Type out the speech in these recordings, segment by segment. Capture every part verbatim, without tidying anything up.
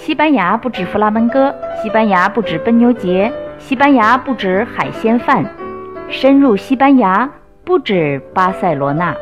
西班牙不止弗拉门戈，西班牙不止奔牛节，西班牙不止海鲜饭，深入西班牙不止巴塞罗那。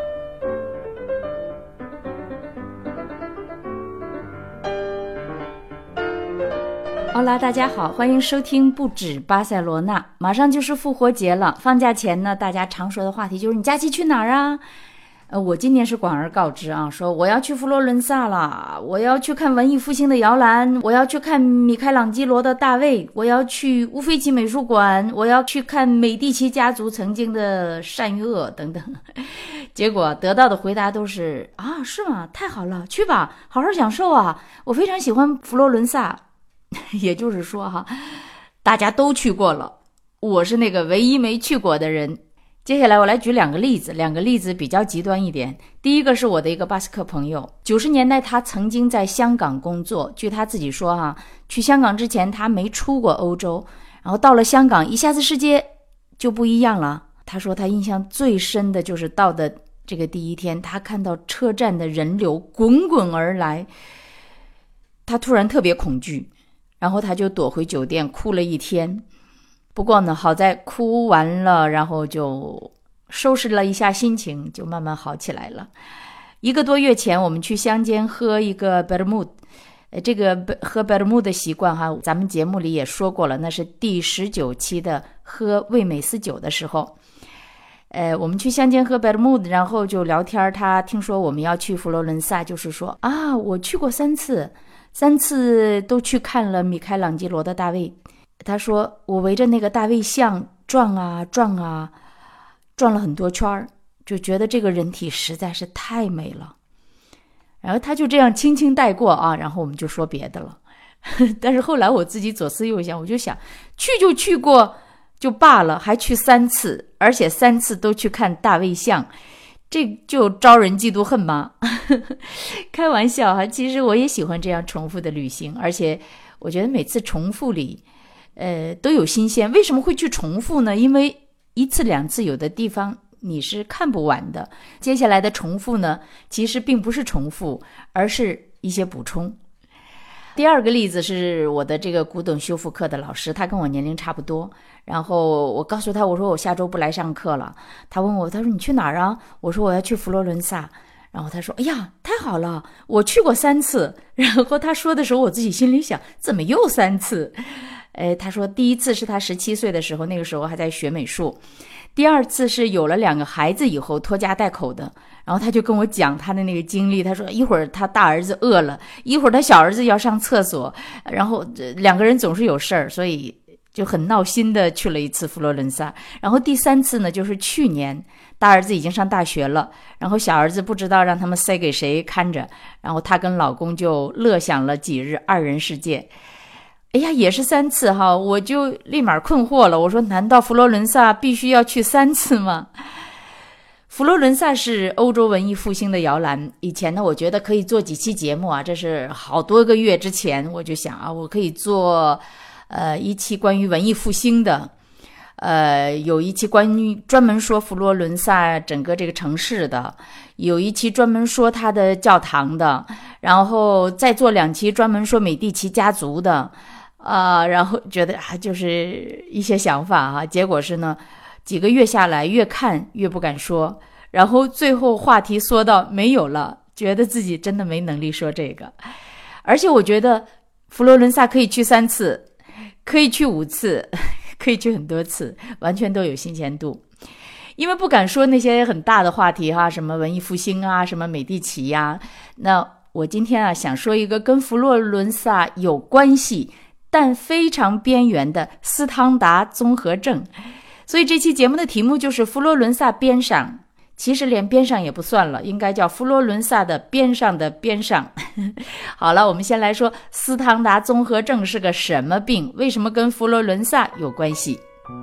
好啦，大家好，欢迎收听不止巴塞罗那。马上就是复活节了，放假前呢，大家常说的话题就是你假期去哪儿啊？呃，我今年是广而告之啊，说我要去佛罗伦萨了，我要去看文艺复兴的摇篮，我要去看米开朗基罗的大卫，我要去乌菲齐美术馆，我要去看美第奇家族曾经的善与恶等等。结果得到的回答都是啊，是吗？太好了，去吧，好好享受啊！我非常喜欢佛罗伦萨。也就是说哈，大家都去过了，我是那个唯一没去过的人。接下来我来举两个例子，两个例子比较极端一点。第一个是我的一个巴斯克朋友，九十年代他曾经在香港工作，据他自己说哈，去香港之前他没出过欧洲，然后到了香港一下子世界就不一样了。他说他印象最深的就是到的这个第一天，他看到车站的人流滚滚而来，他突然特别恐惧，然后他就躲回酒店哭了一天。不过呢，好在哭完了，然后就收拾了一下心情，就慢慢好起来了。一个多月前，我们去乡间喝一个贝尔木，呃，这个喝贝尔木的习惯哈，咱们节目里也说过了，那是第十九期的喝味美思酒的时候。呃，我们去乡间喝贝尔木，然后就聊天。他听说我们要去佛罗伦萨，就是说啊，我去过三次。三次都去看了米开朗基罗的大卫。他说我围着那个大卫像转啊转啊转了很多圈，就觉得这个人体实在是太美了。然后他就这样轻轻带过啊，然后我们就说别的了。但是后来我自己左思右想，我就想去就去过就罢了，还去三次，而且三次都去看大卫像，这就招人嫉妒恨吗？开玩笑哈，其实我也喜欢这样重复的旅行，而且我觉得每次重复里呃，都有新鲜。为什么会去重复呢？因为一次两次有的地方你是看不完的，接下来的重复呢，其实并不是重复，而是一些补充。第二个例子是我的这个古董修复课的老师，他跟我年龄差不多，然后我告诉他，我说我下周不来上课了。他问我，他说你去哪儿啊？我说我要去佛罗伦萨。然后他说，哎呀，太好了，我去过三次。然后他说的时候，我自己心里想，怎么又三次？哎，他说第一次是他十七岁的时候，那个时候还在学美术。第二次是有了两个孩子以后拖家带口的，然后他就跟我讲他的那个经历。他说一会儿他大儿子饿了，一会儿他小儿子要上厕所，然后两个人总是有事儿，所以就很闹心的去了一次佛罗伦萨。然后第三次呢，就是去年大儿子已经上大学了，然后小儿子不知道让他们塞给谁看着，然后他跟老公就乐享了几日二人世界。哎呀，也是三次哈，我就立马困惑了。我说，难道佛罗伦萨必须要去三次吗？佛罗伦萨是欧洲文艺复兴的摇篮。以前呢，我觉得可以做几期节目啊，这是好多个月之前我就想啊，我可以做呃一期关于文艺复兴的，呃有一期关于专门说佛罗伦萨整个这个城市的，有一期专门说他的教堂的，然后再做两期专门说美第奇家族的。啊、呃，然后觉得啊，就是一些想法啊，结果是呢，几个月下来，越看越不敢说，然后最后话题说到没有了，觉得自己真的没能力说这个。而且我觉得佛罗伦萨可以去三次，可以去五次，可以去很多次，完全都有新鲜度。因为不敢说那些很大的话题哈，什么文艺复兴啊，什么美第奇呀，那我今天啊想说一个跟佛罗伦萨有关系但非常边缘的斯汤达综合症。所以这期节目的题目就是佛罗伦萨边上，其实连边上也不算了，应该叫佛罗伦萨的边上的边上。好了，我们先来说斯汤达综合症是个什么病，为什么跟佛罗伦萨有关系。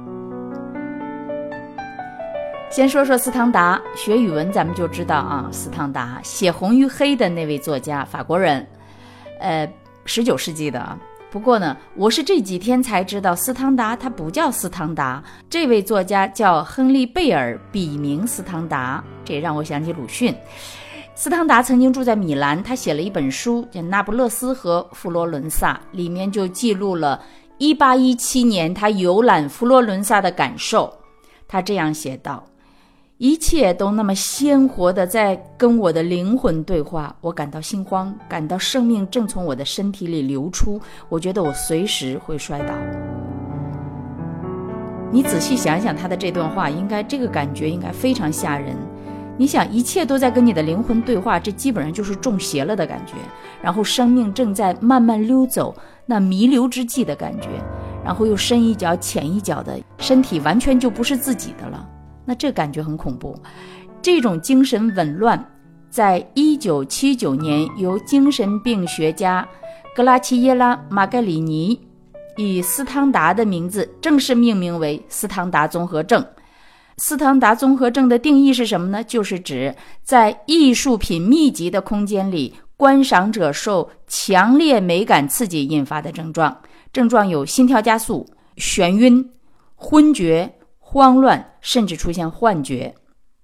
先说说斯汤达，学语文咱们就知道啊，斯汤达写《红与黑》的那位作家，法国人，呃，十九世纪的啊。不过呢，我是这几天才知道斯汤达他不叫斯汤达，这位作家叫亨利贝尔，笔名斯汤达，这也让我想起鲁迅。 斯汤达曾经住在米兰，他写了一本书叫《那不勒斯和佛罗伦萨》，里面就记录了一八一七年他游览佛罗伦萨的感受。他这样写道：一切都那么鲜活地在跟我的灵魂对话，我感到心慌，感到生命正从我的身体里流出，我觉得我随时会摔倒。你仔细想想他的这段话，应该这个感觉应该非常吓人。你想，一切都在跟你的灵魂对话，这基本上就是中邪了的感觉，然后生命正在慢慢溜走，那弥留之际的感觉，然后又深一脚浅一脚的，身体完全就不是自己的了，那这感觉很恐怖。这种精神紊乱在一九七九年由精神病学家格拉齐耶拉·马盖里尼以斯汤达的名字正式命名为斯汤达综合症。斯汤达综合症的定义是什么呢？就是指在艺术品密集的空间里，观赏者受强烈美感刺激引发的症状。症状有心跳加速、眩晕、昏厥、慌乱，甚至出现幻觉。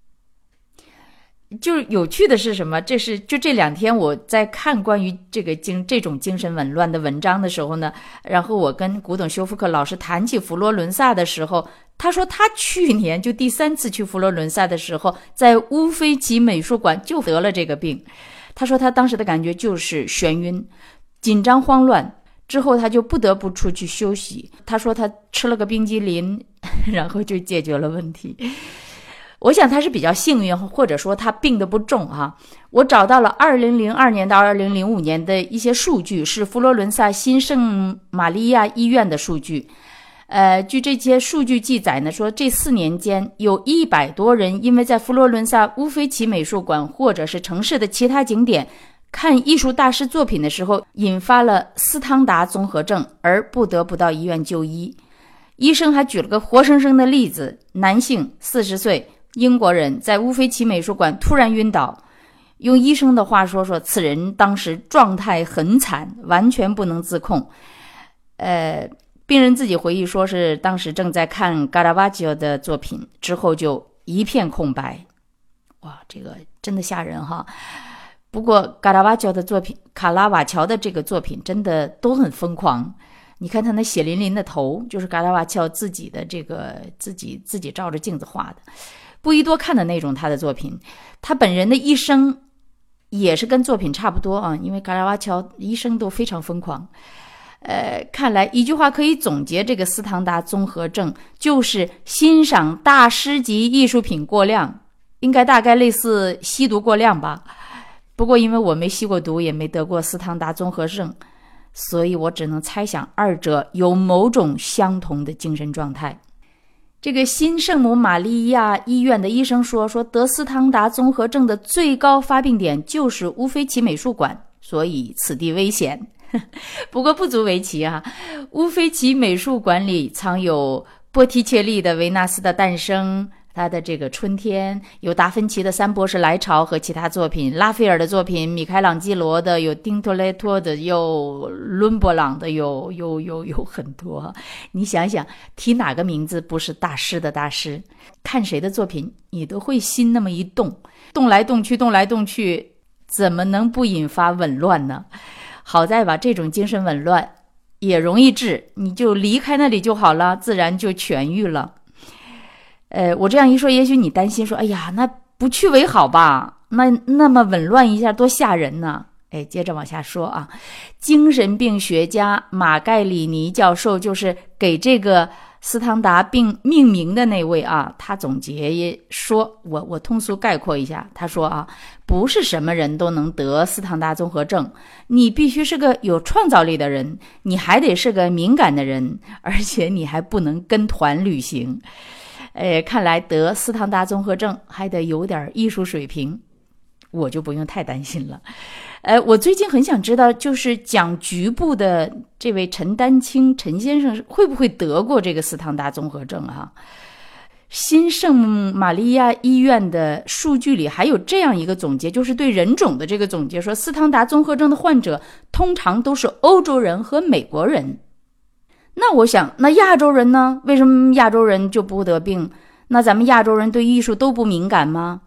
就是有趣的是什么？这是就这两天我在看关于这个精这种精神紊乱的文章的时候呢，然后我跟古董修复课老师谈起佛罗伦萨的时候，他说他去年就第三次去佛罗伦萨的时候，在乌菲齐美术馆就得了这个病。他说他当时的感觉就是眩晕、紧张、慌乱，之后他就不得不出去休息。他说他吃了个冰激凌，然后就解决了问题。我想他是比较幸运，或者说他病得不重哈。我找到了二零零二年到二零零五年的一些数据，是佛罗伦萨新圣玛利亚医院的数据。呃，据这些数据记载呢，说这四年间有一百多人因为在佛罗伦萨乌菲齐美术馆或者是城市的其他景点看艺术大师作品的时候，引发了斯汤达综合症，而不得不到医院就医。医生还举了个活生生的例子，男性四十岁英国人在乌菲齐美术馆突然晕倒，用医生的话说说，此人当时状态很惨，完全不能自控。呃，病人自己回忆说是当时正在看卡拉瓦乔的作品，之后就一片空白。哇，这个真的吓人哈！不过卡拉瓦乔的作品，卡拉瓦乔的这个作品真的都很疯狂。你看他那血淋淋的头，就是卡拉瓦乔自己的这个自己自己照着镜子画的。不宜多看的那种他的作品，他本人的一生也是跟作品差不多啊，因为卡拉瓦乔一生都非常疯狂。呃，看来一句话可以总结这个斯汤达综合症，就是欣赏大师级艺术品过量，应该大概类似吸毒过量吧。不过因为我没吸过毒，也没得过斯汤达综合症，所以我只能猜想二者有某种相同的精神状态。这个新圣母玛利亚医院的医生说，说得斯汤达综合症的最高发病点就是乌菲齐美术馆，所以此地危险。不过不足为奇啊，乌菲齐美术馆里藏有波提切利的《维纳斯的诞生》，他的这个春天，有达芬奇的三博士来朝和其他作品，拉斐尔的作品，米开朗基罗的，有丁托雷托的，有伦勃朗的，有有有有很多。你想想，提哪个名字不是大师的大师？看谁的作品，你都会心那么一动，动来动去，动来动去，怎么能不引发紊乱呢？好在吧，这种精神紊乱也容易治，你就离开那里就好了，自然就痊愈了。呃，我这样一说，也许你担心说，哎呀，那不去为好吧？那那么紊乱一下多吓人呢？哎，接着往下说啊，精神病学家马盖里尼教授就是给这个斯汤达病命名的那位啊，他总结也说，我我通俗概括一下，他说啊，不是什么人都能得斯汤达综合症，你必须是个有创造力的人，你还得是个敏感的人，而且你还不能跟团旅行。呃，看来得斯汤达综合症还得有点艺术水平，我就不用太担心了。呃，我最近很想知道，就是讲局部的这位陈丹青陈先生会不会得过这个斯汤达综合症啊？新圣玛利亚医院的数据里还有这样一个总结，就是对人种的这个总结，说斯汤达综合症的患者通常都是欧洲人和美国人。那我想，那亚洲人呢？为什么亚洲人就不得病？那咱们亚洲人对艺术都不敏感吗？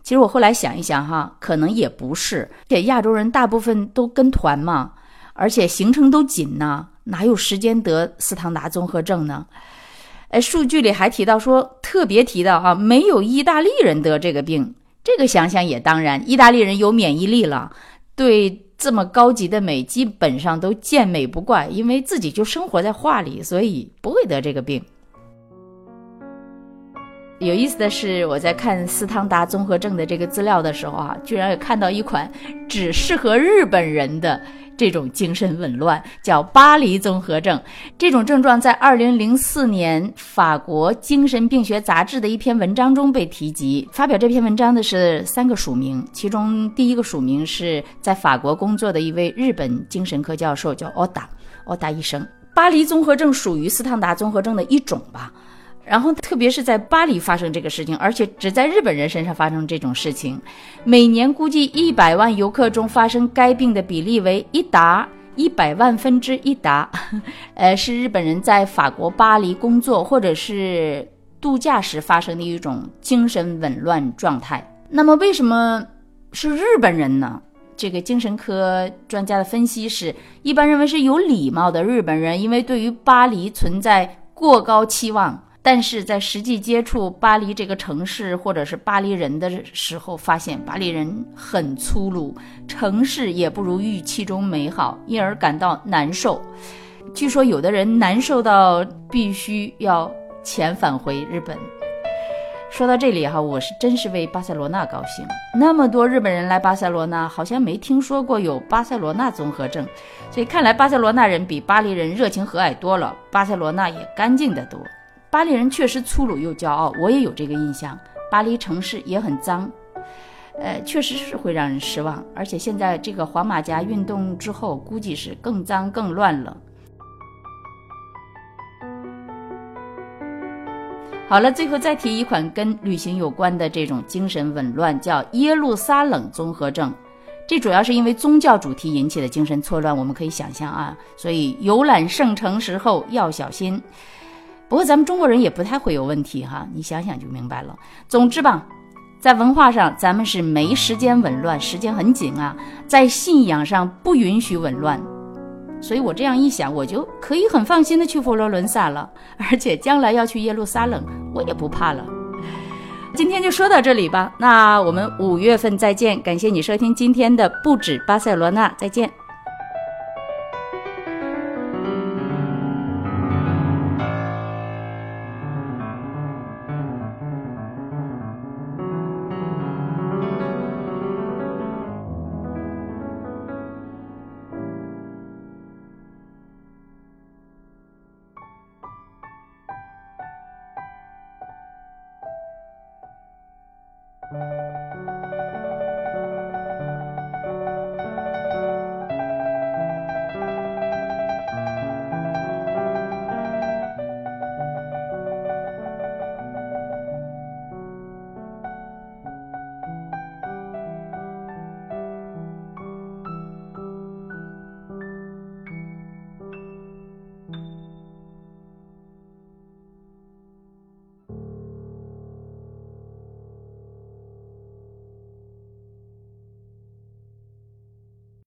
其实我后来想一想哈，可能也不是，且亚洲人大部分都跟团嘛，而且行程都紧呢，哪有时间得斯汤达综合症呢？哎，数据里还提到说，特别提到啊，没有意大利人得这个病。这个想想也当然，意大利人有免疫力了，对这么高级的美基本上都见美不怪，因为自己就生活在画里，所以不会得这个病。有意思的是，我在看斯汤达综合症的这个资料的时候啊，居然也看到一款只适合日本人的这种精神紊乱，叫巴黎综合症。这种症状在二零零四年法国精神病学杂志的一篇文章中被提及。发表这篇文章的是三个署名，其中第一个署名是在法国工作的一位日本精神科教授，叫欧达欧达医生。巴黎综合症属于斯汤达综合症的一种吧。然后特别是在巴黎发生这个事情，而且只在日本人身上发生这种事情，每年估计一百万游客中发生该病的比例为一达一百万分之一达，呃，是日本人在法国巴黎工作或者是度假时发生的一种精神紊乱状态。那么为什么是日本人呢？这个精神科专家的分析是，一般认为是有礼貌的日本人，因为对于巴黎存在过高期望。但是在实际接触巴黎这个城市或者是巴黎人的时候，发现巴黎人很粗鲁，城市也不如预期中美好，因而感到难受。据说有的人难受到必须要遣返回日本。说到这里哈，我是真是为巴塞罗那高兴。那么多日本人来巴塞罗那，好像没听说过有巴塞罗那综合症，所以看来巴塞罗那人比巴黎人热情和蔼多了，巴塞罗那也干净得多。巴黎人确实粗鲁又骄傲，我也有这个印象。巴黎城市也很脏，呃，确实是会让人失望。而且现在这个黄马甲运动之后，估计是更脏更乱了。好了，最后再提一款跟旅行有关的这种精神紊乱，叫耶路撒冷综合症。这主要是因为宗教主题引起的精神错乱，我们可以想象啊，所以游览圣城时候要小心。不过咱们中国人也不太会有问题哈，你想想就明白了。总之吧，在文化上咱们是没时间紊乱，时间很紧啊，在信仰上不允许紊乱。所以我这样一想，我就可以很放心的去佛罗伦萨了，而且将来要去耶路撒冷我也不怕了。今天就说到这里吧，那我们五月份再见，感谢你收听今天的不止巴塞罗那，再见。 Thank you.